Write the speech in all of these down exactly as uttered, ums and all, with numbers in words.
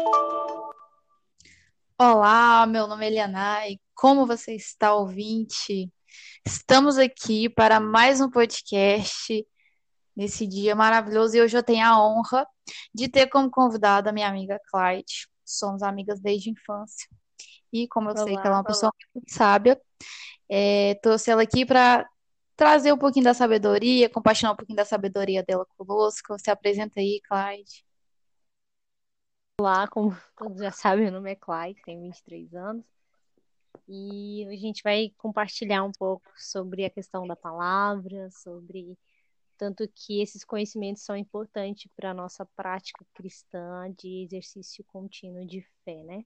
Olá, meu nome é Elianai. Como você está, ouvinte? Estamos aqui para mais um podcast nesse dia maravilhoso e hoje eu tenho a honra de ter como convidada a minha amiga Clyde. Somos amigas desde a infância e, como eu sei que ela é Olá. uma pessoa muito sábia, é, trouxe ela aqui para trazer um pouquinho da sabedoria, compartilhar um pouquinho da sabedoria dela conosco. Se apresenta aí, Clyde. Olá, como todos já sabem, meu nome é Clyde, tenho vinte e três anos e hoje a gente vai compartilhar um pouco sobre a questão da palavra, sobre tanto que esses conhecimentos são importantes para a nossa prática cristã de exercício contínuo de fé, né?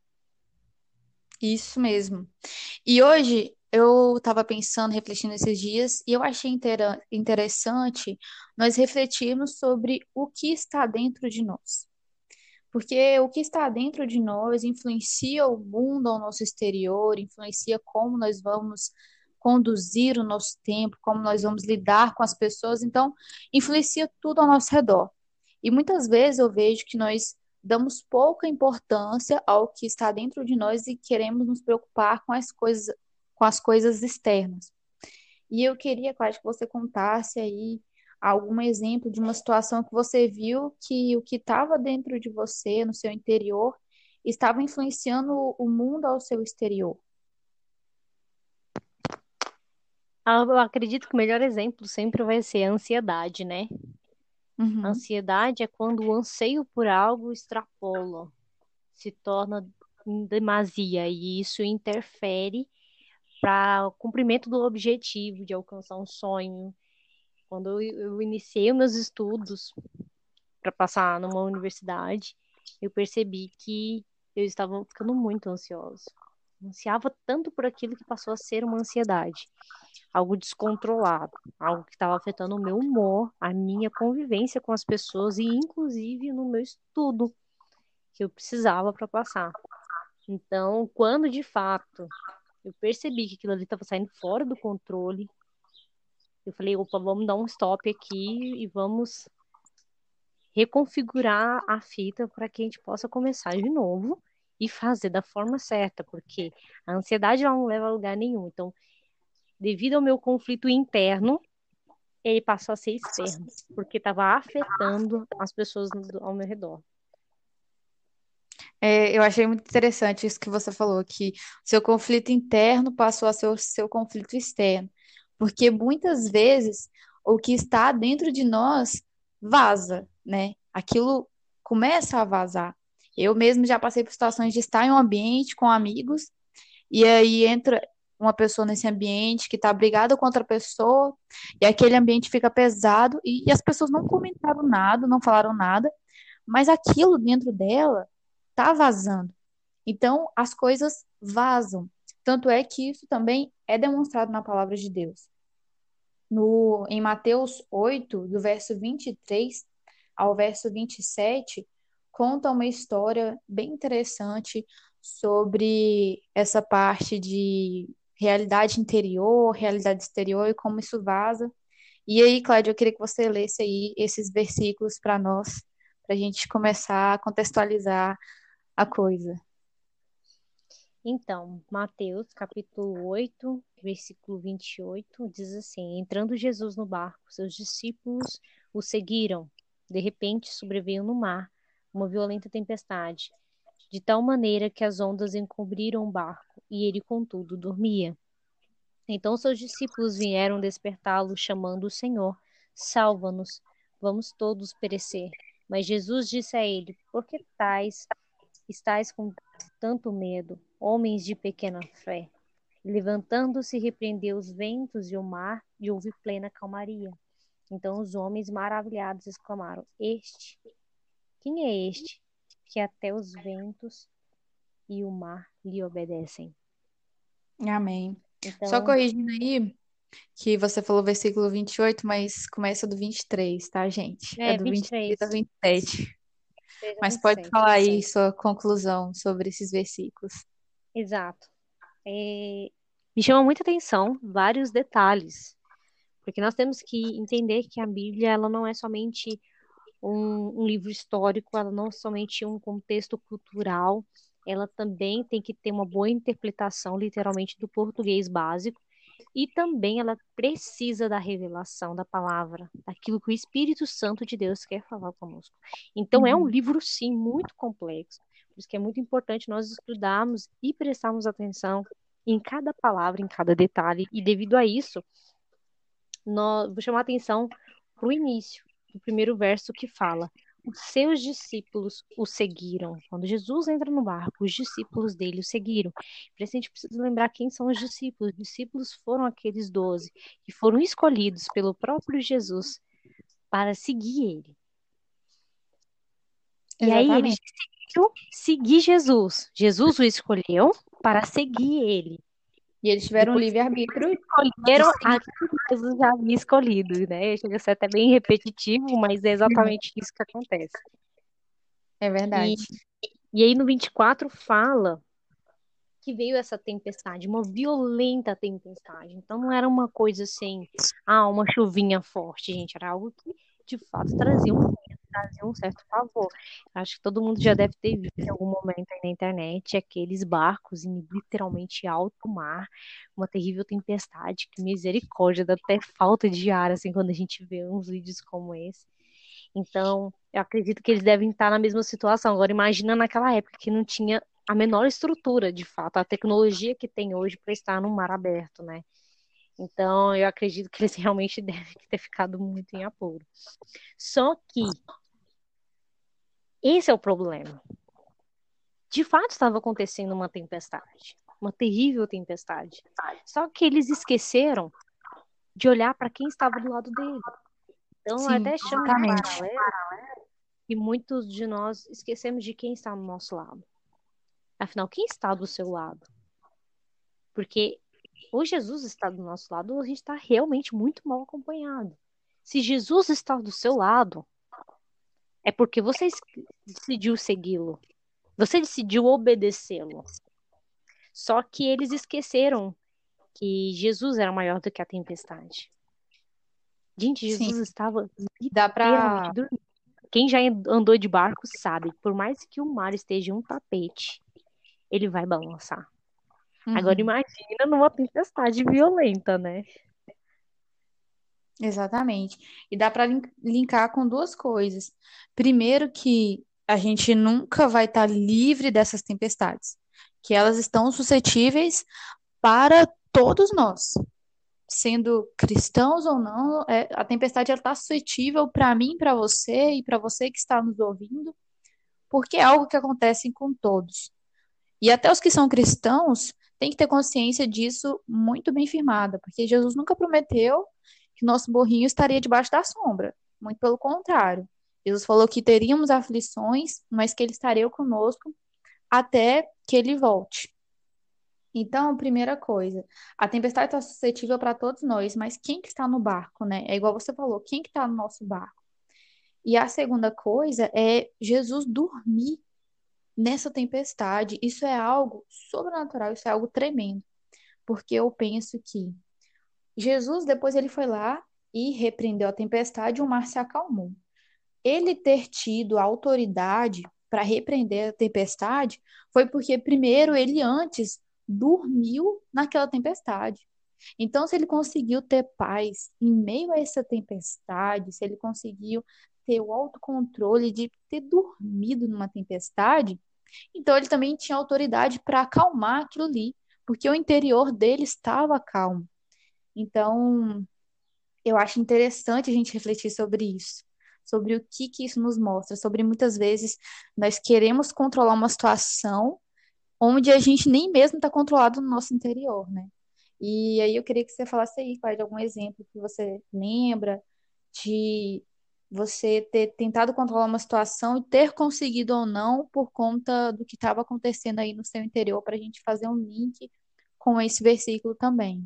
Isso mesmo. E hoje eu estava pensando, refletindo esses dias, e eu achei intera- interessante nós refletirmos sobre o que está dentro de nós. Porque o que está dentro de nós influencia o mundo ao nosso exterior, influencia como nós vamos conduzir o nosso tempo, como nós vamos lidar com as pessoas, então influencia tudo ao nosso redor. E muitas vezes eu vejo que nós damos pouca importância ao que está dentro de nós e queremos nos preocupar com as coisas, com as coisas externas. E eu queria, Cláudia, que você contasse aí algum exemplo de uma situação que você viu que o que estava dentro de você, no seu interior, estava influenciando o mundo ao seu exterior. Ah, Eu acredito que o melhor exemplo sempre vai ser a ansiedade, né? A Uhum. ansiedade é quando o anseio por algo extrapola, se torna em demasia, e isso interfere para o cumprimento do objetivo de alcançar um sonho. Quando eu, eu iniciei os meus estudos para passar numa universidade, eu percebi que eu estava ficando muito ansiosa. Ansiava tanto por aquilo que passou a ser uma ansiedade, algo descontrolado, algo que estava afetando o meu humor, a minha convivência com as pessoas e inclusive no meu estudo que eu precisava para passar. Então, quando de fato eu percebi que aquilo ali estava saindo fora do controle, eu falei, opa, vamos dar um stop aqui e vamos reconfigurar a fita para que a gente possa começar de novo e fazer da forma certa, porque a ansiedade ela não leva a lugar nenhum. Então, devido ao meu conflito interno, ele passou a ser externo, porque estava afetando as pessoas do- ao meu redor. É, eu achei muito interessante isso que você falou, que seu conflito interno passou a ser o seu conflito externo. Porque muitas vezes o que está dentro de nós vaza, né? Aquilo começa a vazar. Eu mesmo já passei por situações de estar em um ambiente com amigos, e aí entra uma pessoa nesse ambiente que está brigada com outra pessoa, e aquele ambiente fica pesado, e, e as pessoas não comentaram nada, não falaram nada, mas aquilo dentro dela tá vazando. Então, as coisas vazam. Tanto é que isso também é demonstrado na palavra de Deus. No, em Mateus oito, do verso vinte e três ao verso vinte e sete, conta uma história bem interessante sobre essa parte de realidade interior, realidade exterior e como isso vaza. E aí, Cláudia, eu queria que você lesse aí esses versículos para nós, para a gente começar a contextualizar a coisa. Então, Mateus, capítulo oito, versículo vinte e oito, diz assim: Entrando Jesus no barco, seus discípulos o seguiram. De repente, sobreveio no mar uma violenta tempestade, de tal maneira que as ondas encobriram o barco, e ele, contudo, dormia. Então seus discípulos vieram despertá-lo, chamando o Senhor: Salva-nos, vamos todos perecer. Mas Jesus disse a ele: Por que tais estáis com tanto medo, homens de pequena fé? Levantando-se, repreendeu os ventos e o mar, e houve plena calmaria. Então os homens maravilhados exclamaram: Este, quem é este que até os ventos e o mar lhe obedecem? Amém. Só Então, corrigindo aí, que você falou versículo vinte e oito, mas começa do vinte e três, tá, gente? É é do vinte e três ao vinte e três, vinte e sete. três a Mas pode vinte e sete. falar aí sua conclusão sobre esses versículos. Exato. É, me chama muita atenção vários detalhes, porque nós temos que entender que a Bíblia ela não é somente um, um livro histórico, ela não somente um contexto cultural, ela também tem que ter uma boa interpretação, literalmente, do português básico, e também ela precisa da revelação da palavra, daquilo que o Espírito Santo de Deus quer falar conosco. Então, é um Uhum. livro, sim, muito complexo, por isso que é muito importante nós estudarmos e prestarmos atenção em cada palavra, em cada detalhe, e devido a isso, nó- vou chamar a atenção para o início, do primeiro verso que fala: os seus discípulos o seguiram. Quando Jesus entra no barco, os discípulos dele o seguiram. Por isso a gente precisa lembrar quem são os discípulos. Os discípulos foram aqueles doze que foram escolhidos pelo próprio Jesus para seguir ele. E aí eles Exatamente. decidiram seguir Jesus. Jesus o escolheu para seguir ele. E eles tiveram um Depois livre-arbítrio de escolheram seguir. aquilo que Jesus já havia escolhido, né? Chega a ser até bem repetitivo, mas é exatamente isso que acontece. É E, verdade. e aí no vinte e quatro fala que veio essa tempestade, uma violenta tempestade. Então não era uma coisa assim, ah, uma chuvinha forte, gente, era algo que de fato trazia um medo, trazia um certo pavor. Acho que todo mundo já deve ter visto em algum momento aí na internet aqueles barcos em literalmente alto mar, uma terrível tempestade, que misericórdia, dá até falta de ar assim quando a gente vê uns vídeos como esse. Então, eu acredito que eles devem estar na mesma situação. Agora, imagina naquela época que não tinha a menor estrutura, de fato, a tecnologia que tem hoje para estar no mar aberto, né? Então, eu acredito que eles realmente devem ter ficado muito em apuro. Só que esse é o problema. De fato, estava acontecendo uma tempestade, uma terrível tempestade. Só que eles esqueceram de olhar para quem estava do lado dele. Então, eu Sim, até chamo de exatamente. paralelo que muitos de nós esquecemos de quem está no nosso lado. Afinal, quem está do seu lado? Porque ou Jesus está do nosso lado, ou a gente está realmente muito mal acompanhado. Se Jesus está do seu lado, é porque você es- decidiu segui-lo. Você decidiu obedecê-lo. Só que eles esqueceram que Jesus era maior do que a tempestade. Gente, Sim, Jesus estava dá literalmente pra. dormindo. Quem já andou de barco sabe, por mais que o mar esteja um tapete, ele vai balançar. Agora Uhum. imagina numa tempestade violenta, né? Exatamente. E dá para linkar com duas coisas. Primeiro, que a gente nunca vai estar livre dessas tempestades, que elas estão suscetíveis para todos nós, sendo cristãos ou não, é, a tempestade está suscetível para mim, para você e para você que está nos ouvindo, porque é algo que acontece com todos. E até os que são cristãos têm que ter consciência disso muito bem firmada, porque Jesus nunca prometeu que nosso burrinho estaria debaixo da sombra. Muito pelo contrário. Jesus falou que teríamos aflições, mas que ele estaria conosco até que ele volte. Então, primeira coisa, a tempestade está suscetível para todos nós, mas quem que está no barco, né? É igual você falou, quem que está no nosso barco? E a segunda coisa é Jesus dormir nessa tempestade. Isso é algo sobrenatural, isso é algo tremendo, porque eu penso que Jesus depois ele foi lá e repreendeu a tempestade e o mar se acalmou. Ele ter tido a autoridade para repreender a tempestade foi porque primeiro ele antes dormiu naquela tempestade. Então, se ele conseguiu ter paz em meio a essa tempestade, se ele conseguiu ter o autocontrole de ter dormido numa tempestade, então ele também tinha autoridade para acalmar aquilo ali, porque o interior dele estava calmo. Então, eu acho interessante a gente refletir sobre isso, sobre o que que isso nos mostra, sobre muitas vezes nós queremos controlar uma situação onde a gente nem mesmo está controlado no nosso interior, né? E aí eu queria que você falasse aí, pai, de algum exemplo que você lembra de você ter tentado controlar uma situação e ter conseguido ou não por conta do que estava acontecendo aí no seu interior, para a gente fazer um link com esse versículo também.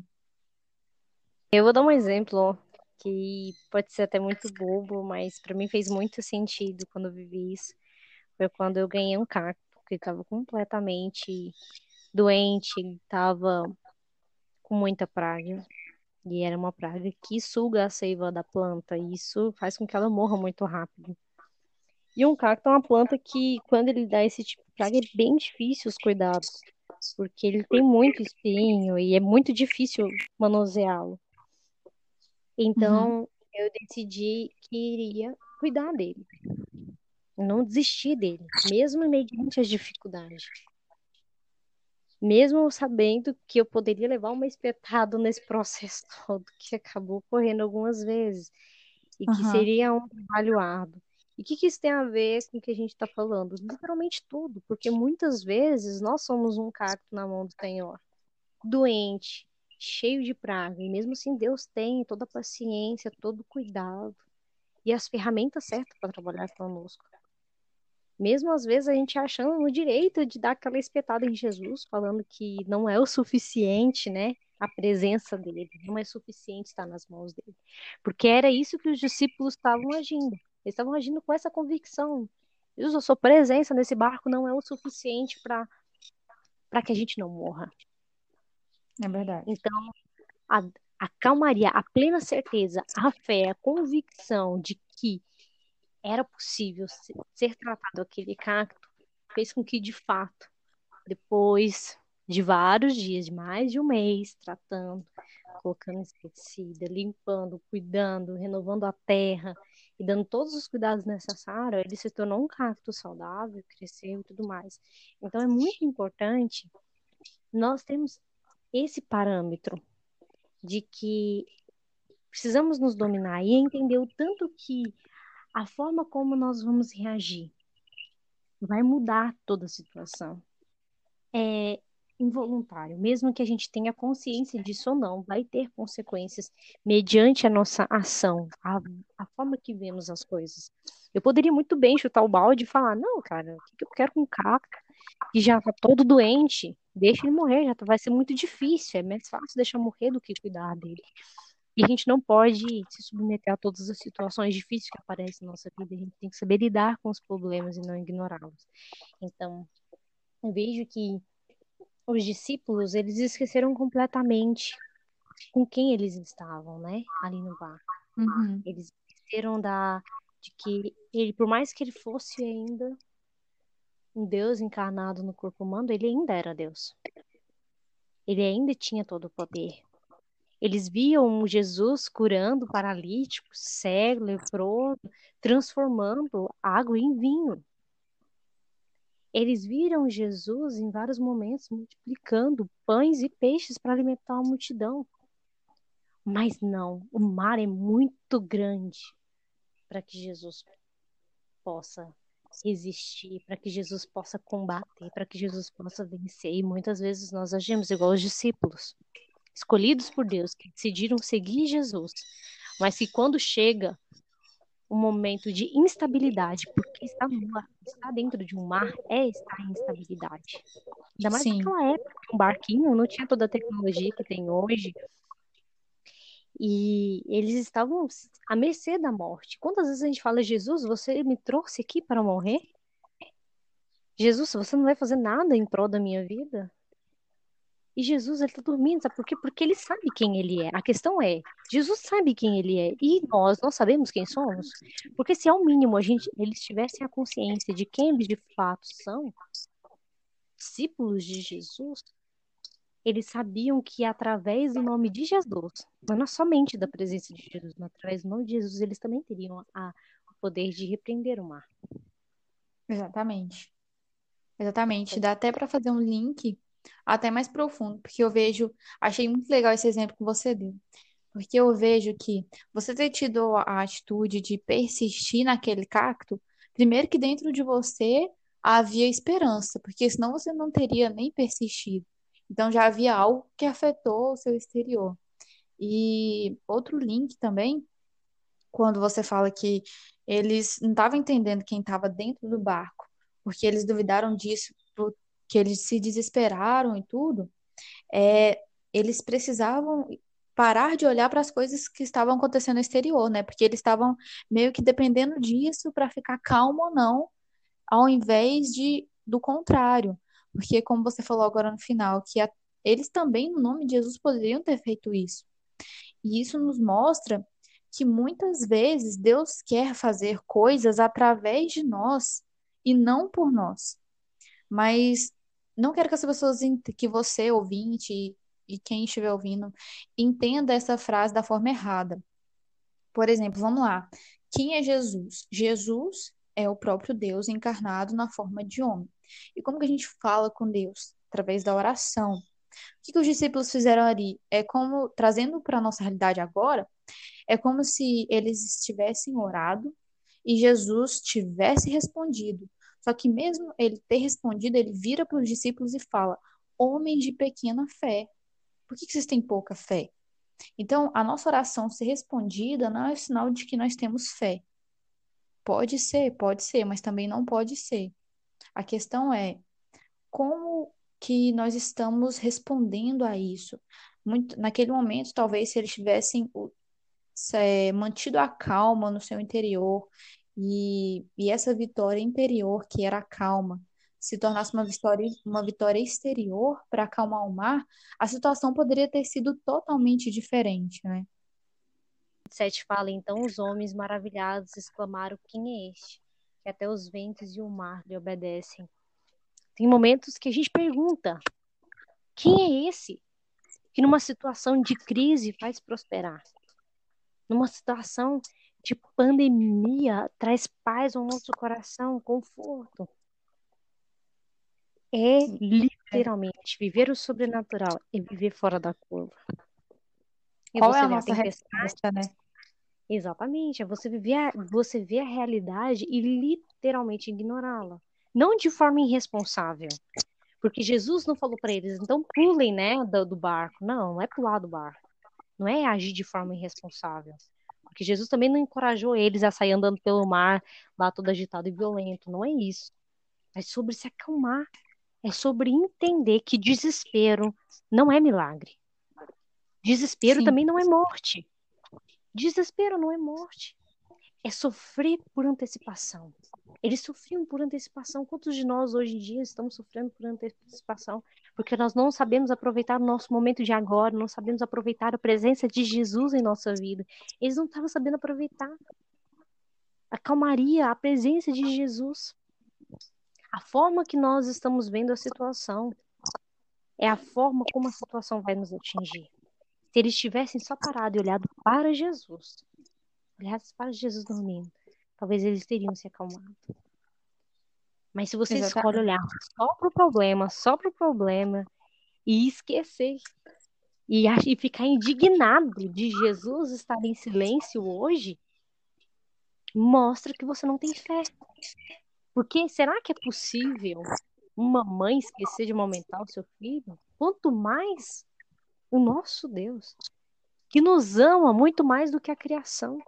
Eu vou dar um exemplo que pode ser até muito bobo, mas para mim fez muito sentido quando eu vivi isso. Foi quando eu ganhei um cacto, que estava completamente doente, estava com muita praga. E era uma praga que suga a seiva da planta, e isso faz com que ela morra muito rápido. E um cacto é uma planta que, quando ele dá esse tipo de praga, é bem difícil os cuidados, porque ele tem muito espinho e é muito difícil manuseá-lo. Uhum. Então, eu decidi que iria cuidar dele, não desistir dele, mesmo mediante as dificuldades. Mesmo sabendo que eu poderia levar uma espetada nesse processo todo, que acabou ocorrendo algumas vezes, e que Aham. seria um trabalho árduo. E o que, que isso tem a ver com o que a gente está falando? Literalmente tudo, porque muitas vezes nós somos um cacto na mão do Senhor, doente, cheio de praga, e mesmo assim Deus tem toda a paciência, todo o cuidado e as ferramentas certas para trabalhar conosco. Mesmo às vezes a gente achando no direito de dar aquela espetada em Jesus, falando que não é o suficiente, né? A presença dele, não é suficiente estar nas mãos dele. Porque era isso que os discípulos estavam agindo. Eles estavam agindo com essa convicção. Jesus, a sua presença nesse barco não é o suficiente para para que a gente não morra. É verdade. Então, a, a calmaria, a plena certeza, a fé, a convicção de que era possível ser, ser tratado aquele cacto fez com que, de fato, depois de vários dias, de mais de um mês, tratando, colocando inseticida, limpando, cuidando, renovando a terra e dando todos os cuidados necessários, ele se tornou um cacto saudável, cresceu e tudo mais. Então é muito importante nós termos esse parâmetro de que precisamos nos dominar e entender o tanto que a forma como nós vamos reagir vai mudar toda a situação. É involuntário, mesmo que a gente tenha consciência disso ou não, vai ter consequências mediante a nossa ação, a, a forma que vemos as coisas. Eu poderia muito bem chutar o balde e falar, não, cara, o que que eu quero com o Kaka, que já tá todo doente, deixa ele morrer, já tá- vai ser muito difícil, é mais fácil deixar morrer do que cuidar dele. E a gente não pode se submeter a todas as situações difíceis que aparecem na nossa vida, a gente tem que saber lidar com os problemas e não ignorá-los. Então, eu vejo que os discípulos, eles esqueceram completamente com quem eles estavam, né? Ali no bar. Uhum. Eles esqueceram da de que ele, por mais que ele fosse ainda um Deus encarnado no corpo humano, ele ainda era Deus. Ele ainda tinha todo o poder. Eles viam Jesus curando paralíticos, cego, leproso, transformando água em vinho. Eles viram Jesus em vários momentos multiplicando pães e peixes para alimentar a multidão. Mas não, o mar é muito grande para que Jesus possa resistir, para que Jesus possa combater, para que Jesus possa vencer. E muitas vezes nós agimos igual os discípulos, escolhidos por Deus, que decidiram seguir Jesus, mas que quando chega um momento de instabilidade, porque está no mar, está dentro de um mar, é estar em instabilidade. Ainda mais Sim. naquela época, um barquinho não tinha toda a tecnologia que tem hoje, e eles estavam à mercê da morte. Quantas vezes a gente fala, Jesus, você me trouxe aqui para morrer? Jesus, você não vai fazer nada em prol da minha vida? E Jesus, ele está dormindo, sabe por quê? Porque ele sabe quem ele é. A questão é, Jesus sabe quem ele é. E nós, nós sabemos quem somos? Porque se ao mínimo a gente, eles tivessem a consciência de quem eles de fato são, discípulos de Jesus, eles sabiam que através do nome de Jesus, mas não somente da presença de Jesus, mas através do nome de Jesus, eles também teriam a, o poder de repreender o mar. Exatamente. Exatamente. Dá até para fazer um link até mais profundo, porque eu vejo, achei muito legal esse exemplo que você deu. Porque eu vejo que você ter tido a atitude de persistir naquele cacto, primeiro que dentro de você havia esperança, porque senão você não teria nem persistido. Então já havia algo que afetou o seu exterior. E outro link também, quando você fala que eles não estavam entendendo quem estava dentro do barco, porque eles duvidaram disso, porque eles se desesperaram e tudo, é, eles precisavam parar de olhar para as coisas que estavam acontecendo no exterior, né? Porque eles estavam meio que dependendo disso para ficar calmo ou não, ao invés de do contrário. Porque, como você falou agora no final, que a- eles também, no nome de Jesus, poderiam ter feito isso. E isso nos mostra que muitas vezes Deus quer fazer coisas através de nós e não por nós. Mas não quero que as pessoas, ent- que você, ouvinte, e e quem estiver ouvindo, entenda essa frase da forma errada. Por exemplo, vamos lá. Quem é Jesus? Jesus é o próprio Deus encarnado na forma de homem. E como que a gente fala com Deus? Através da oração. O que que os discípulos fizeram ali? É como, trazendo para a nossa realidade agora, é como se eles tivessem orado e Jesus tivesse respondido. Só que mesmo ele ter respondido, ele vira para os discípulos e fala: Homens de pequena fé, por que que vocês têm pouca fé? Então, a nossa oração ser respondida não é sinal de que nós temos fé. Pode ser, pode ser, mas também não pode ser. A questão é como que nós estamos respondendo a isso. Muito, naquele momento, talvez, se eles tivessem o- é, mantido a calma no seu interior e, e essa vitória interior, que era a calma, se tornasse uma vitória, uma vitória exterior para acalmar o mar, a situação poderia ter sido totalmente diferente, né? Sete fala, então os homens maravilhados exclamaram, quem é este? Que até os ventos e o mar lhe obedecem. Tem momentos que a gente pergunta, quem é esse que numa situação de crise faz prosperar? Numa situação de pandemia traz paz ao nosso coração, conforto. É É. literalmente viver o sobrenatural e viver fora da curva. E Qual é você a vê a nossa tempestade. resposta, né? Exatamente, é você viver a, você vê a realidade e literalmente ignorá-la. Não de forma irresponsável, porque Jesus não falou para eles, então pulem, né, do, do barco. Não, não é pular do barco. Não é agir de forma irresponsável. Porque Jesus também não encorajou eles a sair andando pelo mar, lá todo agitado e violento. Não é isso. É sobre se acalmar. É sobre entender que desespero não é milagre. Desespero Sim, também não é morte. Desespero não é morte. É sofrer por antecipação. Eles sofriam por antecipação. Quantos de nós hoje em dia estamos sofrendo por antecipação? Porque nós não sabemos aproveitar o nosso momento de agora, não sabemos aproveitar a presença de Jesus em nossa vida. Eles não estavam sabendo aproveitar a calmaria, a presença de Jesus. A forma que nós estamos vendo a situação é a forma como a situação vai nos atingir. Se eles tivessem só parado e olhado para Jesus, olhado para Jesus dormindo, talvez eles teriam se acalmado. Mas se você escolhe exatamente. olhar só pro problema, só pro problema, e esquecer, e, ach- e ficar indignado de Jesus estar em silêncio hoje, mostra que você não tem fé. Porque será que é possível uma mãe esquecer de amamentar o seu filho? Quanto mais o nosso Deus, que nos ama muito mais do que a criação.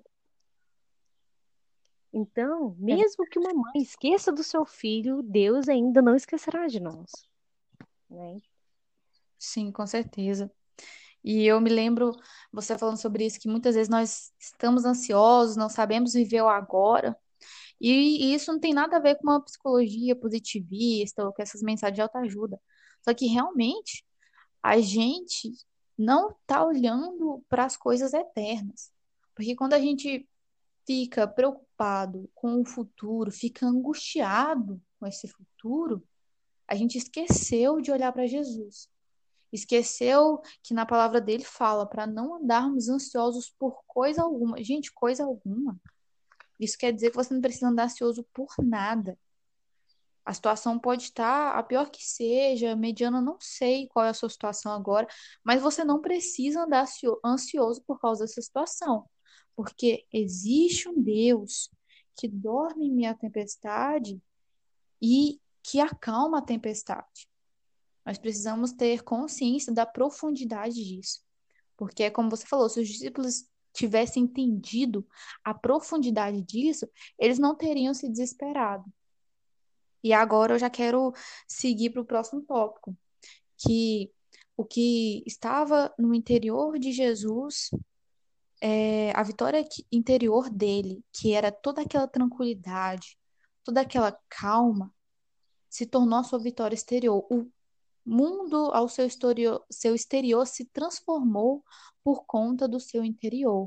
Então, É, mesmo que uma mãe esqueça do seu filho, Deus ainda não esquecerá de nós, né? sim, com certeza. E eu me lembro, você falando sobre isso, que muitas vezes nós estamos ansiosos, não sabemos viver o agora. E, e isso não tem nada a ver com uma psicologia positivista ou com essas mensagens de autoajuda. Só que realmente a gente não está olhando para as coisas eternas. Porque quando a gente fica preocupado com o futuro, fica angustiado com esse futuro, a gente esqueceu de olhar para Jesus. Esqueceu que na palavra dele fala para não andarmos ansiosos por coisa alguma. Gente, coisa alguma. Isso quer dizer que você não precisa andar ansioso por nada. A situação pode estar a pior que seja, mediana, não sei qual é a sua situação agora, mas você não precisa andar ansio- ansioso por causa dessa situação, porque existe um Deus que dorme em minha tempestade e que acalma a tempestade. Nós precisamos ter consciência da profundidade disso, porque é como você falou, se os discípulos tivessem entendido a profundidade disso, eles não teriam se desesperado. E agora eu já quero seguir para o próximo tópico, que o que estava no interior de Jesus, é, a vitória que- interior dele, que era toda aquela tranquilidade, toda aquela calma, se tornou a sua vitória exterior. O mundo ao seu exterior, seu exterior se transformou por conta do seu interior.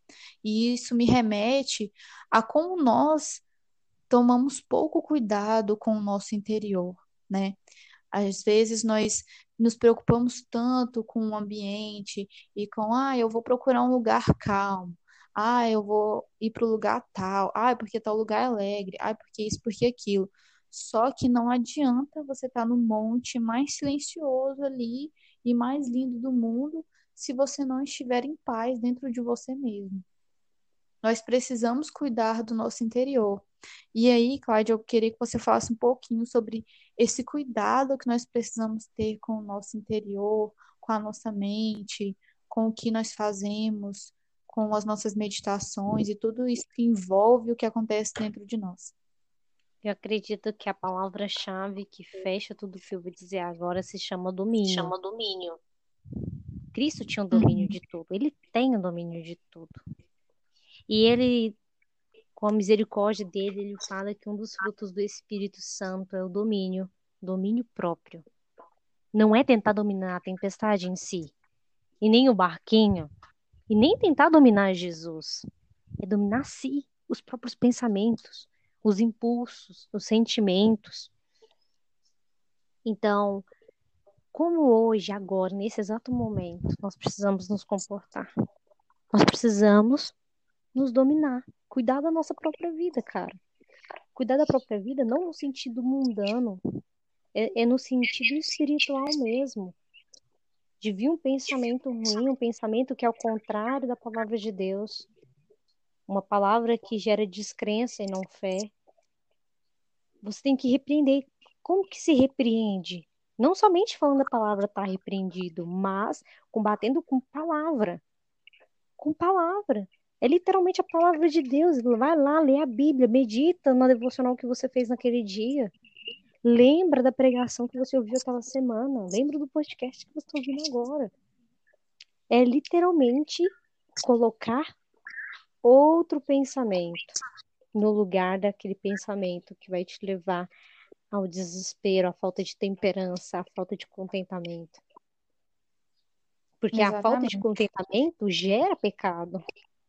E isso me remete a como nós tomamos pouco cuidado com o nosso interior, né? Às vezes nós nos preocupamos tanto com o ambiente e com, ah, eu vou procurar um lugar calmo. Ah, eu vou ir para o lugar tal. Ah, porque tal lugar é alegre. Ah, porque isso, porque aquilo. Só que não adianta você estar no monte mais silencioso ali e mais lindo do mundo se você não estiver em paz dentro de você mesmo. Nós precisamos cuidar do nosso interior. E aí, Cláudia, eu queria que você falasse um pouquinho sobre esse cuidado que nós precisamos ter com o nosso interior, com a nossa mente, com o que nós fazemos, com as nossas meditações e tudo isso que envolve o que acontece dentro de nós. Eu acredito que a palavra-chave que fecha tudo o que eu vou dizer agora se chama domínio. Chama domínio. Cristo tinha o domínio de tudo. Ele tem o domínio de tudo. E ele, com a misericórdia dele, ele fala que um dos frutos do Espírito Santo é o domínio, domínio próprio. Não é tentar dominar a tempestade em si, e nem o barquinho, e nem tentar dominar Jesus. É dominar si, os próprios pensamentos, os impulsos, os sentimentos. Então, como hoje, agora, nesse exato momento, nós precisamos nos comportar? Nós precisamos nos dominar, cuidar da nossa própria vida, cara. Cuidar da própria vida não no sentido mundano, é, é no sentido espiritual mesmo. De vir um pensamento ruim, um pensamento que é ao contrário da palavra de Deus, uma palavra que gera descrença e não fé. Você tem que repreender. Como que se repreende? Não somente falando a palavra está repreendido, mas combatendo com palavra. Com palavra. É literalmente a palavra de Deus. Vai lá, lê a Bíblia, medita na devocional que você fez naquele dia. Lembra da pregação que você ouviu aquela semana. Lembra do podcast que você está ouvindo agora. É literalmente colocar outro pensamento no lugar daquele pensamento que vai te levar ao desespero, à falta de temperança, à falta de contentamento. Porque a falta de Exatamente. contentamento gera pecado.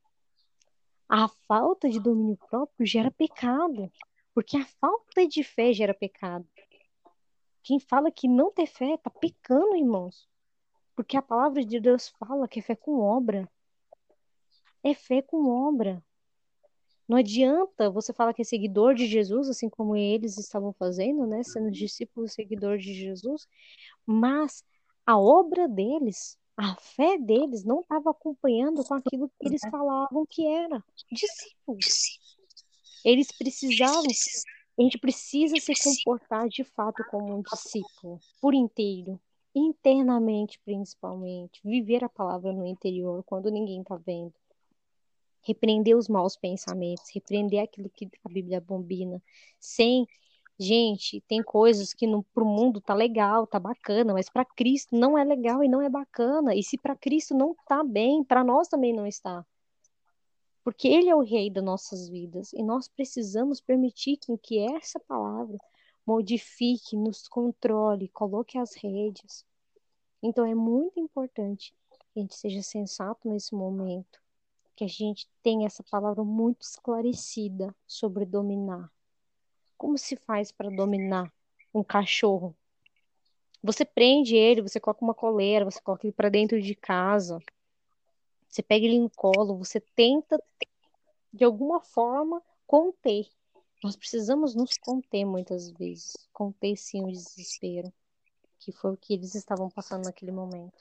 A falta de domínio próprio gera pecado. Porque a falta de fé gera pecado. Quem fala que não ter fé está pecando, irmãos. Porque a palavra de Deus fala que é fé com obra. É fé com obra. Não adianta você falar que é seguidor de Jesus, assim como eles estavam fazendo, né? Sendo discípulos seguidores de Jesus. Mas a obra deles, a fé deles não estava acompanhando com aquilo que eles falavam que era discípulos. Eles precisavam, a gente precisa se comportar de fato como um discípulo, por inteiro, internamente principalmente, viver a palavra no interior quando ninguém está vendo. Repreender os maus pensamentos, repreender aquilo que a Bíblia abomina, sem... Gente, tem coisas que no, pro mundo tá legal, tá bacana, mas para Cristo não é legal e não é bacana. E se para Cristo não tá bem, para nós também não está. Porque Ele é o Rei das nossas vidas e nós precisamos permitir que, que essa palavra modifique, nos controle, coloque as rédeas. Então é muito importante que a gente seja sensato nesse momento, que a gente tenha essa palavra muito esclarecida sobre dominar. Como se faz para dominar um cachorro? Você prende ele, você coloca uma coleira, você coloca ele para dentro de casa, você pega ele no colo, você tenta, de alguma forma, conter. Nós precisamos nos conter muitas vezes. Conter, sim, o desespero, que foi o que eles estavam passando naquele momento.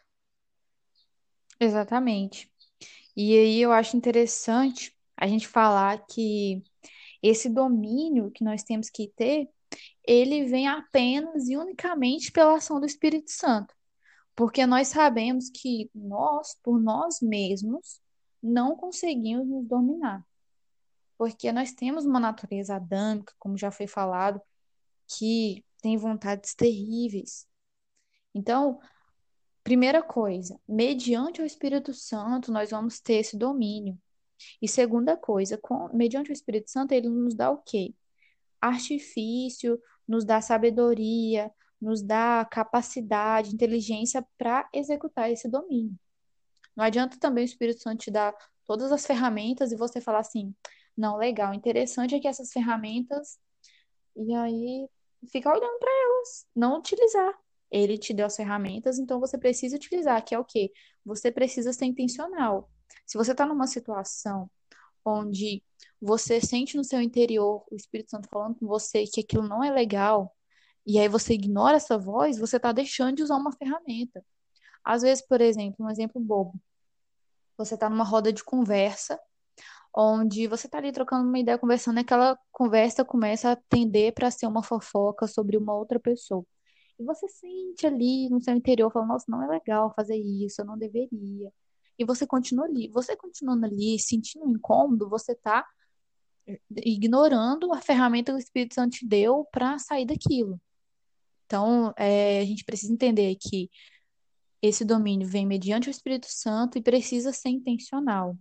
Exatamente. E aí eu acho interessante a gente falar que esse domínio que nós temos que ter, ele vem apenas e unicamente pela ação do Espírito Santo. Porque nós sabemos que nós, por nós mesmos, não conseguimos nos dominar. Porque nós temos uma natureza adâmica, como já foi falado, que tem vontades terríveis. Então, primeira coisa, mediante o Espírito Santo, nós vamos ter esse domínio. E segunda coisa, com, mediante o Espírito Santo, ele nos dá o quê? Artifício, nos dá sabedoria, nos dá capacidade, inteligência para executar esse domínio. Não adianta também o Espírito Santo te dar todas as ferramentas e você falar assim, não, legal, interessante é que essas ferramentas, e aí ficar olhando para elas, não utilizar. Ele te deu as ferramentas, então você precisa utilizar, que é o quê? Você precisa ser intencional. Se você está numa situação onde você sente no seu interior o Espírito Santo falando com você que aquilo não é legal, e aí você ignora essa voz, você está deixando de usar uma ferramenta. Às vezes, por exemplo, um exemplo bobo, você está numa roda de conversa, onde você está ali trocando uma ideia, conversando, e aquela conversa começa a tender para ser uma fofoca sobre uma outra pessoa. E você sente ali no seu interior, falando, nossa, não é legal fazer isso, eu não deveria. E você continua ali. Você continuando ali, sentindo um incômodo, você está ignorando a ferramenta que o Espírito Santo te deu para sair daquilo. Então, é, a gente precisa entender que esse domínio vem mediante o Espírito Santo e precisa ser intencional.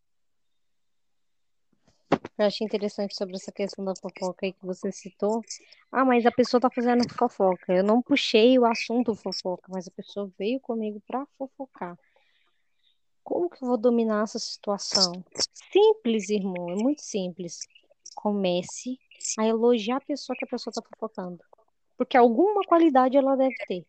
Eu achei interessante sobre essa questão da fofoca aí que você citou. Ah, mas a pessoa tá fazendo fofoca. Eu não puxei o assunto fofoca, mas a pessoa veio comigo pra fofocar. Como que eu vou dominar essa situação? Simples, irmão, é muito simples. Comece a elogiar a pessoa que a pessoa tá fofocando. Porque alguma qualidade ela deve ter.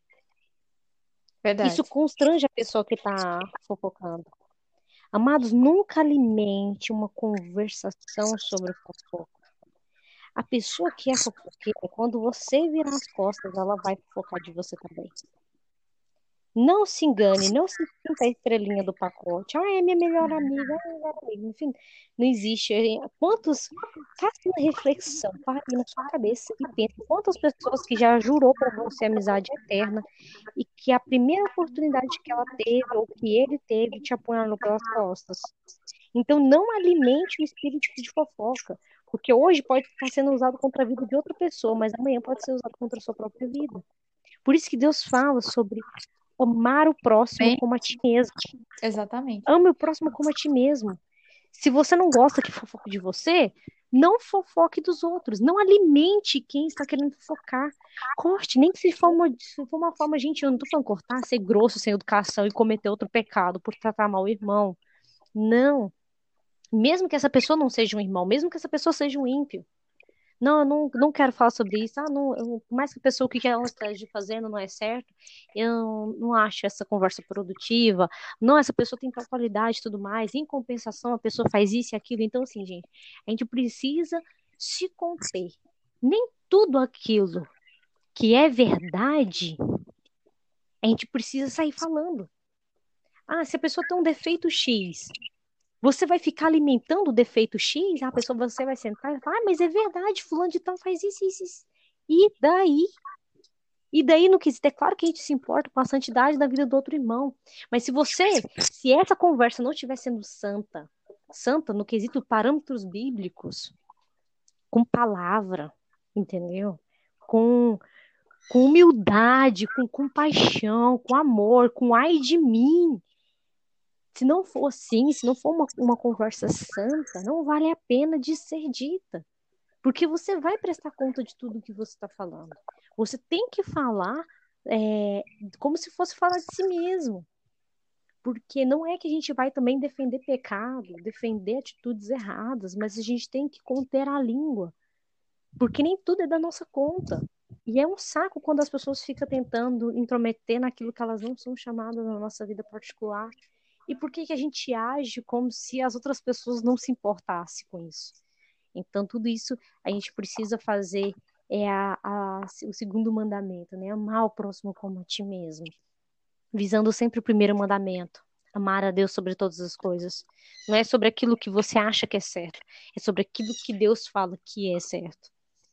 Isso Verdade. constrange a pessoa que tá fofocando. Amados, nunca alimente uma conversação sobre fofoca. A pessoa que é fofoqueira, quando você virar as costas, ela vai fofocar de você também. Não se engane, não se sinta a estrelinha do pacote. Ah, é minha melhor amiga, é minha melhor amiga. Enfim, não existe. Quantos. Faça uma reflexão, pare na sua cabeça e pense quantas pessoas que já jurou para você amizade eterna e que a primeira oportunidade que ela teve ou que ele teve te apunhalou pelas costas. Então, não alimente o espírito de fofoca, porque hoje pode estar sendo usado contra a vida de outra pessoa, mas amanhã pode ser usado contra a sua própria vida. Por isso que Deus fala sobre amar o próximo Bem, como a ti mesmo. exatamente. Ame o próximo como a ti mesmo. Se você não gosta que fofoque de você, não fofoque dos outros. Não alimente quem está querendo fofocar. Corte, nem que se for uma, se for uma forma gentil. Eu não tô falando cortar, ser grosso, sem educação e cometer outro pecado por tratar mal o irmão. Não. Mesmo que essa pessoa não seja um irmão, mesmo que essa pessoa seja um ímpio. Não, eu não, não quero falar sobre isso. Ah, não, eu, por mais que a pessoa, o que ela esteja fazendo não é certo, eu não acho essa conversa produtiva. Não, essa pessoa tem tal qualidade e tudo mais. Em compensação, a pessoa faz isso e aquilo. Então, assim, gente, a gente precisa se conter. Nem tudo aquilo que é verdade, a gente precisa sair falando. Ah, se a pessoa tem um defeito X, você vai ficar alimentando o defeito X, a pessoa, você vai sentar e falar, ah, mas é verdade, fulano de tal faz isso, isso, isso. E daí? E daí, no quesito, é claro que a gente se importa com a santidade da vida do outro irmão. Mas se você, se essa conversa não estiver sendo santa, santa no quesito parâmetros bíblicos, com palavra, entendeu? Com, com humildade, com compaixão, com amor, com ai de mim. Se não for assim, se não for uma, uma conversa santa, não vale a pena de ser dita. Porque você vai prestar conta de tudo que você está falando. Você tem que falar é, como se fosse falar de si mesmo. Porque não é que a gente vai também defender pecado, defender atitudes erradas, mas a gente tem que conter a língua. Porque nem tudo é da nossa conta. E é um saco quando as pessoas ficam tentando intrometer naquilo que elas não são chamadas na nossa vida particular. E por que que a gente age como se as outras pessoas não se importassem com isso? Então, tudo isso a gente precisa fazer é a, a, o segundo mandamento, né? Amar o próximo como a ti mesmo. Visando sempre o primeiro mandamento. Amar a Deus sobre todas as coisas. Não é sobre aquilo que você acha que é certo. É sobre aquilo que Deus fala que é certo.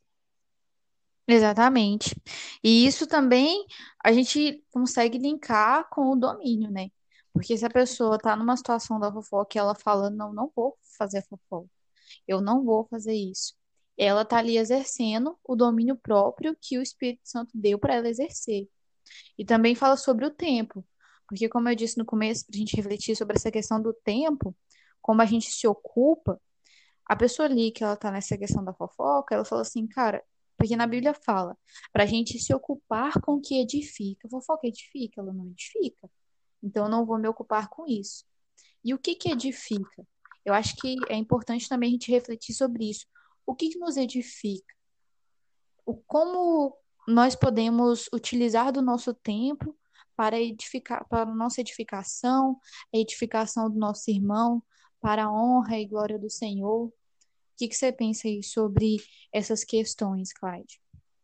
Exatamente. E isso também a gente consegue linkar com o domínio, né? Porque se a pessoa tá numa situação da fofoca e ela fala, não, não vou fazer fofoca, eu não vou fazer isso. Ela tá ali exercendo o domínio próprio que o Espírito Santo deu para ela exercer. E também fala sobre o tempo. Porque, como eu disse no começo, para a gente refletir sobre essa questão do tempo, como a gente se ocupa, a pessoa ali que ela tá nessa questão da fofoca, ela fala assim, cara, porque na Bíblia fala, pra gente se ocupar com o que edifica. Fofoca edifica, ela não edifica. Então eu não vou me ocupar com isso. E o que que edifica? Eu acho que é importante também a gente refletir sobre isso. O que que nos edifica? O como nós podemos utilizar do nosso tempo para edificar, para a nossa edificação, a edificação do nosso irmão, para a honra e glória do Senhor. O que que você pensa aí sobre essas questões, Clyde?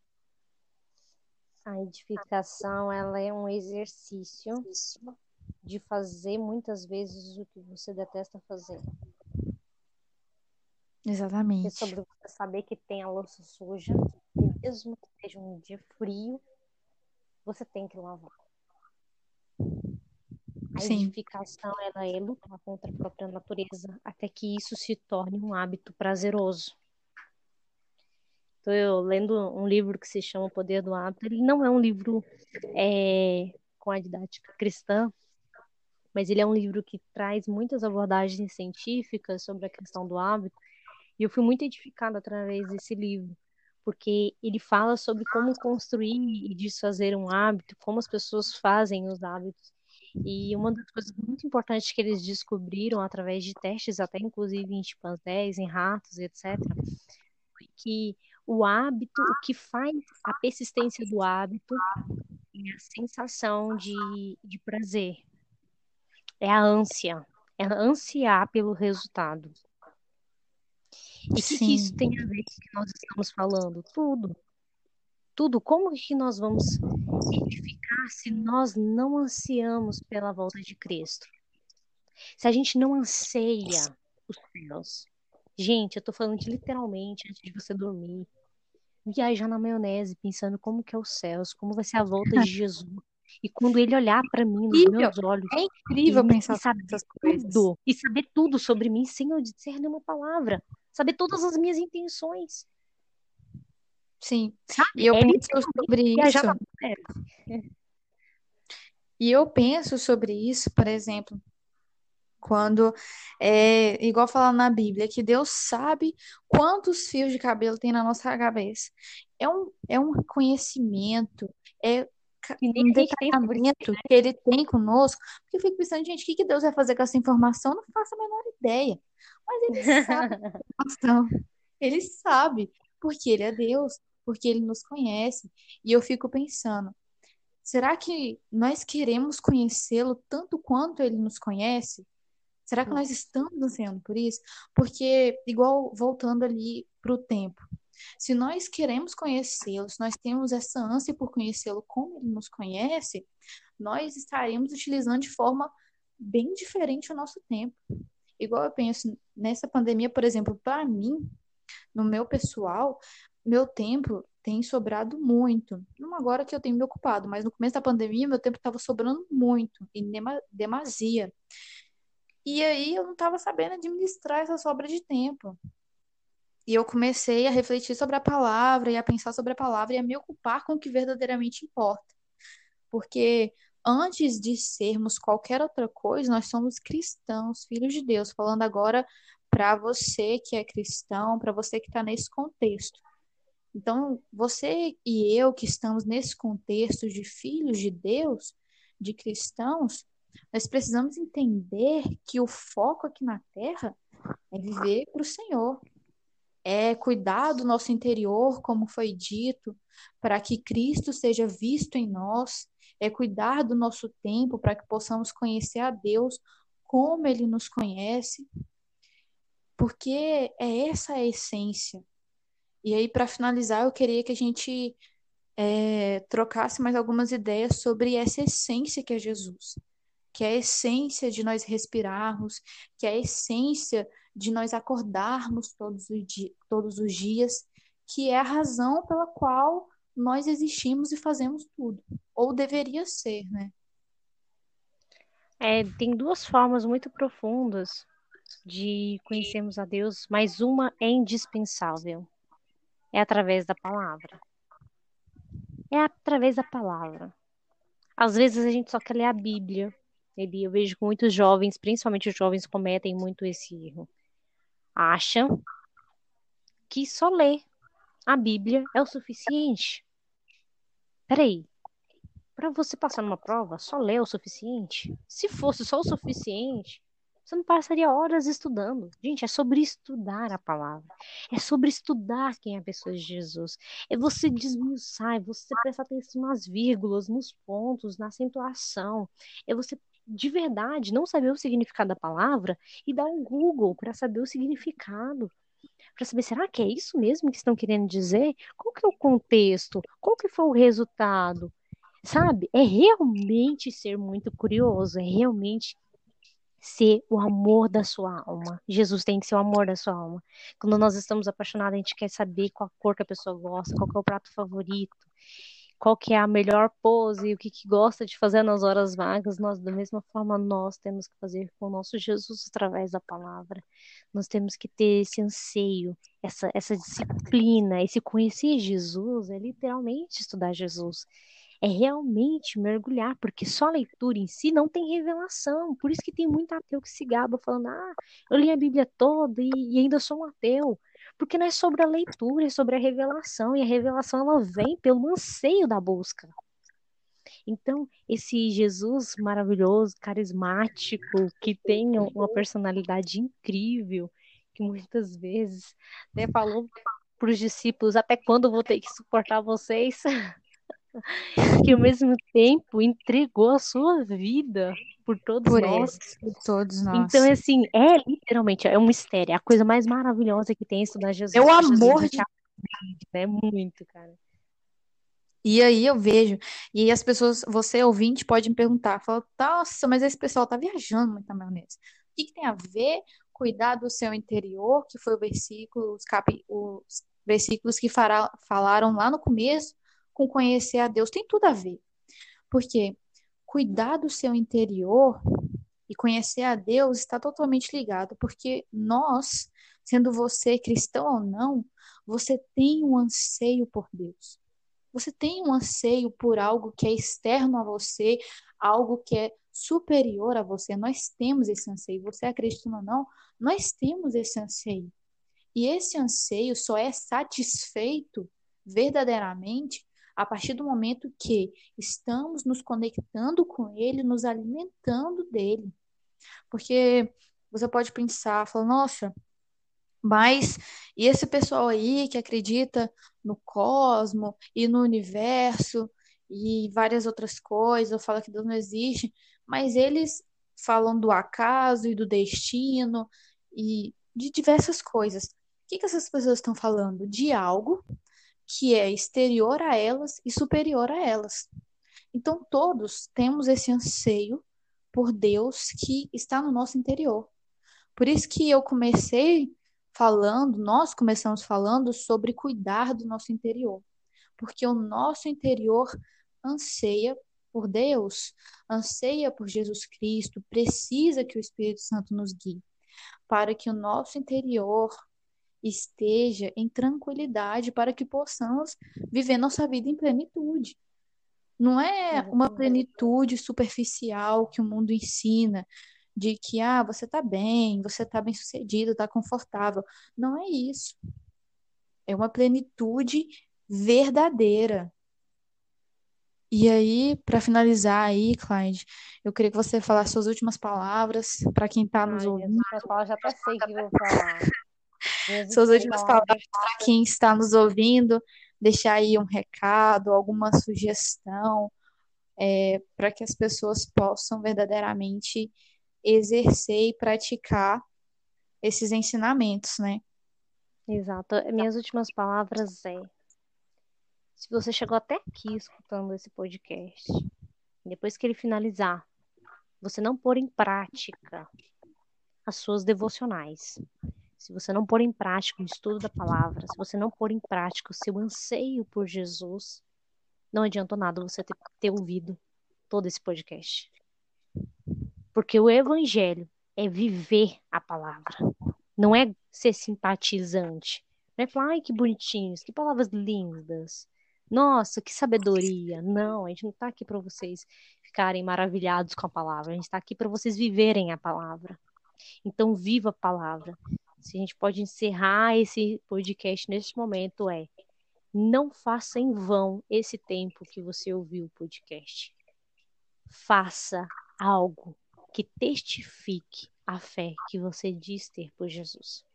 A edificação, ela é um exercício de fazer muitas vezes o que você detesta fazer. É Exatamente. sobre você saber que tem a louça suja e mesmo que seja um dia frio, você tem que lavar. A Sim, edificação, ela é lutar contra a própria natureza até que isso se torne um hábito prazeroso. Estou eu lendo um livro que se chama O Poder do Hábito. Ele não é um livro é, com a didática cristã, mas ele é um livro que traz muitas abordagens científicas sobre a questão do hábito. E eu fui muito edificada através desse livro, porque ele fala sobre como construir e desfazer um hábito, como as pessoas fazem os hábitos. E uma das coisas muito importantes que eles descobriram através de testes, até inclusive em chimpanzés, em ratos, etcétera, foi que o hábito, o que faz a persistência do hábito é a sensação de, de prazer, é a ânsia, é ansiar pelo resultado. E o que, que sim, isso tem a ver com o que nós estamos falando? Tudo. Tudo. Como que nós vamos edificar se nós não ansiamos pela volta de Cristo? Se a gente não anseia os céus. Gente, eu tô falando de literalmente antes de você dormir. Viajar na maionese, pensando como que é os céus, como vai ser a volta de Jesus. E quando ele olhar para mim nos incrível. meus olhos É e, incrível me, e pensar sobre saber essas coisas. tudo, e saber tudo sobre mim sem eu dizer nenhuma palavra, saber todas as minhas intenções, Sim. E sabe? eu É penso literalmente sobre viajar na isso, maionese. e eu penso sobre isso, por exemplo, quando é igual falar na Bíblia, que Deus sabe quantos fios de cabelo tem na nossa cabeça. É um, é um conhecimento, é ca- Que nem um a gente tem sobre si. detalhamento que ele tem conosco, porque eu fico pensando, gente, o que que Deus vai fazer com essa informação? Eu não faço a menor ideia. Mas ele sabe a informação. Ele sabe, porque ele é Deus, porque ele nos conhece. E eu fico pensando, será que nós queremos conhecê-lo tanto quanto ele nos conhece? Será que Não. nós estamos ansiando por isso? Porque, igual voltando ali para o tempo, se nós queremos conhecê-lo, se nós temos essa ânsia por conhecê-lo como ele nos conhece, nós estaremos utilizando de forma bem diferente o nosso tempo. Igual eu penso, nessa pandemia, por exemplo, para mim, no meu pessoal, meu tempo tem sobrado muito. Não agora que eu tenho me ocupado, mas no começo da pandemia, meu tempo estava sobrando muito, em dema- demasia. E aí eu não estava sabendo administrar essa sobra de tempo. E eu comecei a refletir sobre a palavra e a pensar sobre a palavra e a me ocupar com o que verdadeiramente importa. Porque antes de sermos qualquer outra coisa, nós somos cristãos, filhos de Deus. Falando agora para você que é cristão, para você que está nesse contexto. Então, você e eu que estamos nesse contexto de filhos de Deus, de cristãos, nós precisamos entender que o foco aqui na Terra é viver para o Senhor, é cuidar do nosso interior, como foi dito, para que Cristo seja visto em nós, é cuidar do nosso tempo para que possamos conhecer a Deus como Ele nos conhece, porque é essa a essência. E aí, para finalizar, eu queria que a gente é, trocasse mais algumas ideias sobre essa essência que é Jesus, que é a essência de nós respirarmos, que é a essência de nós acordarmos todos os, di todos os dias, que é a razão pela qual nós existimos e fazemos tudo, ou deveria ser, né? É, tem duas formas muito profundas de conhecermos a Deus, mas uma é indispensável. É através da palavra. É através da palavra. Às vezes a gente só quer ler a Bíblia. Ele, eu vejo que muitos jovens, principalmente os jovens, cometem muito esse erro. Acham que só ler a Bíblia é o suficiente. Peraí, para você passar numa prova, só ler é o suficiente? Se fosse só o suficiente, Você não passaria horas estudando. Gente, é sobre estudar a palavra. É sobre estudar quem é a pessoa de Jesus. É você desmiuçar, é você prestar atenção nas vírgulas, nos pontos, na acentuação. É você, de verdade, não saber o significado da palavra e dar um Google para saber o significado. Para saber, será que é isso mesmo que estão querendo dizer? Qual que é o contexto? Qual que foi o resultado? Sabe? É realmente ser muito curioso, é realmente ser o amor da sua alma. Jesus tem que ser o amor da sua alma. Quando nós estamos apaixonados, a gente quer saber qual cor que a pessoa gosta, qual que é o prato favorito, qual que é a melhor pose, o que que gosta de fazer nas horas vagas. Nós, da mesma forma, nós temos que fazer com o nosso Jesus através da palavra. Nós temos que ter esse anseio, essa, essa disciplina, esse conhecer Jesus, é literalmente estudar Jesus. É realmente mergulhar, porque só a leitura em si não tem revelação. Por isso que tem muito ateu que se gaba falando, ah, eu li a Bíblia toda e, e ainda sou um ateu. Porque não é sobre a leitura, é sobre a revelação, e a revelação ela vem pelo anseio da busca. Então, esse Jesus maravilhoso, carismático, que tem uma personalidade incrível, que muitas vezes até falou para os discípulos, até quando eu vou ter que suportar vocês? Que ao mesmo tempo entregou a sua vida por todos Por nós. eles, por todos Então, nós. assim, é literalmente, é um mistério, é a coisa mais maravilhosa que tem é estudar Jesus, Meu porque Jesus a amor gente de. aprende, né? Muito, cara. E aí eu vejo, e aí as pessoas, você ouvinte, pode me perguntar, fala, nossa, mas esse pessoal tá viajando muito na maionese. O que que tem a ver cuidar do seu interior, que foi o versículo, os, capi, os versículos que fará, falaram lá no começo, com conhecer a Deus? Tem tudo a ver. Porque cuidar do seu interior e conhecer a Deus está totalmente ligado, porque nós, sendo você cristão ou não, você tem um anseio por Deus. Você tem um anseio por algo que é externo a você, algo que é superior a você. Nós temos esse anseio. Você acredita ou não, nós temos esse anseio. E esse anseio só é satisfeito verdadeiramente a partir do momento que estamos nos conectando com ele, nos alimentando dele. Porque você pode pensar, falar, nossa, mas e esse pessoal aí que acredita no cosmo e no universo e várias outras coisas, ou fala que Deus não existe, mas eles falam do acaso e do destino e de diversas coisas. O que que essas pessoas estão falando? De algo que é exterior a elas e superior a elas. Então todos temos esse anseio por Deus que está no nosso interior. Por isso que eu comecei falando, nós começamos falando sobre cuidar do nosso interior, porque o nosso interior anseia por Deus, anseia por Jesus Cristo, precisa que o Espírito Santo nos guie, para que o nosso interior esteja em tranquilidade, para que possamos viver nossa vida em plenitude. Não é uma Exatamente. plenitude superficial que o mundo ensina, de que ah, você está bem, você está bem sucedido, está confortável. Não é isso. É uma plenitude verdadeira. E aí, para finalizar aí, Clyde, eu queria que você falasse suas últimas palavras para quem está nos Ai, minhas ouvindo, últimas palavras, já até sei o que eu vou falar. Minhas suas últimas últimas palavras palavras, para quem está nos ouvindo, deixar aí um recado, alguma sugestão, é, para que as pessoas possam verdadeiramente exercer e praticar esses ensinamentos, né? exato. Minhas últimas palavras é: se você chegou até aqui escutando esse podcast, depois que ele finalizar, você não pôr em prática as suas devocionais, se você não pôr em prática o estudo da palavra, se você não pôr em prática o seu anseio por Jesus, não adiantou nada você ter, ter ouvido todo esse podcast. Porque o evangelho é viver a palavra. Não é ser simpatizante. Não é falar, ai, que bonitinhos, que palavras lindas. Nossa, que sabedoria. Não, a gente não está aqui para vocês ficarem maravilhados com a palavra. A gente está aqui para vocês viverem a palavra. Então, viva a palavra. Se a gente pode encerrar esse podcast neste momento, é: não faça em vão esse tempo que você ouviu o podcast. Faça algo que testifique a fé que você diz ter por Jesus.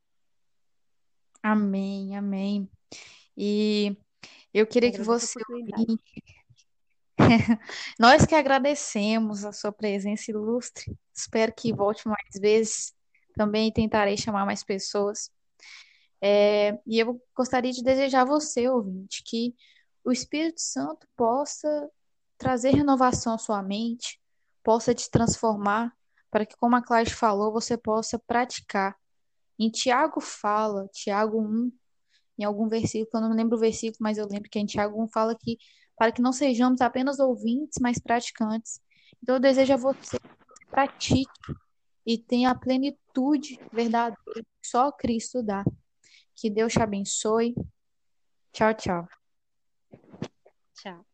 Amém, amém. E eu queria que Agradeço a você, oportunidade. ouvinte, nós que agradecemos a sua presença ilustre. Espero que volte mais vezes. Também tentarei chamar mais pessoas. É, e eu gostaria de desejar a você, ouvinte, que o Espírito Santo possa trazer renovação à sua mente, possa te transformar, para que, como a Cláudia falou, você possa praticar. Em Tiago fala, Tiago um, em algum versículo, eu não me lembro o versículo, mas eu lembro que em Tiago um fala que para que não sejamos apenas ouvintes, mas praticantes. Então eu desejo a você que você pratique e tenha a plenitude verdadeira que só Cristo dá. Que Deus te abençoe. Tchau, tchau. Tchau.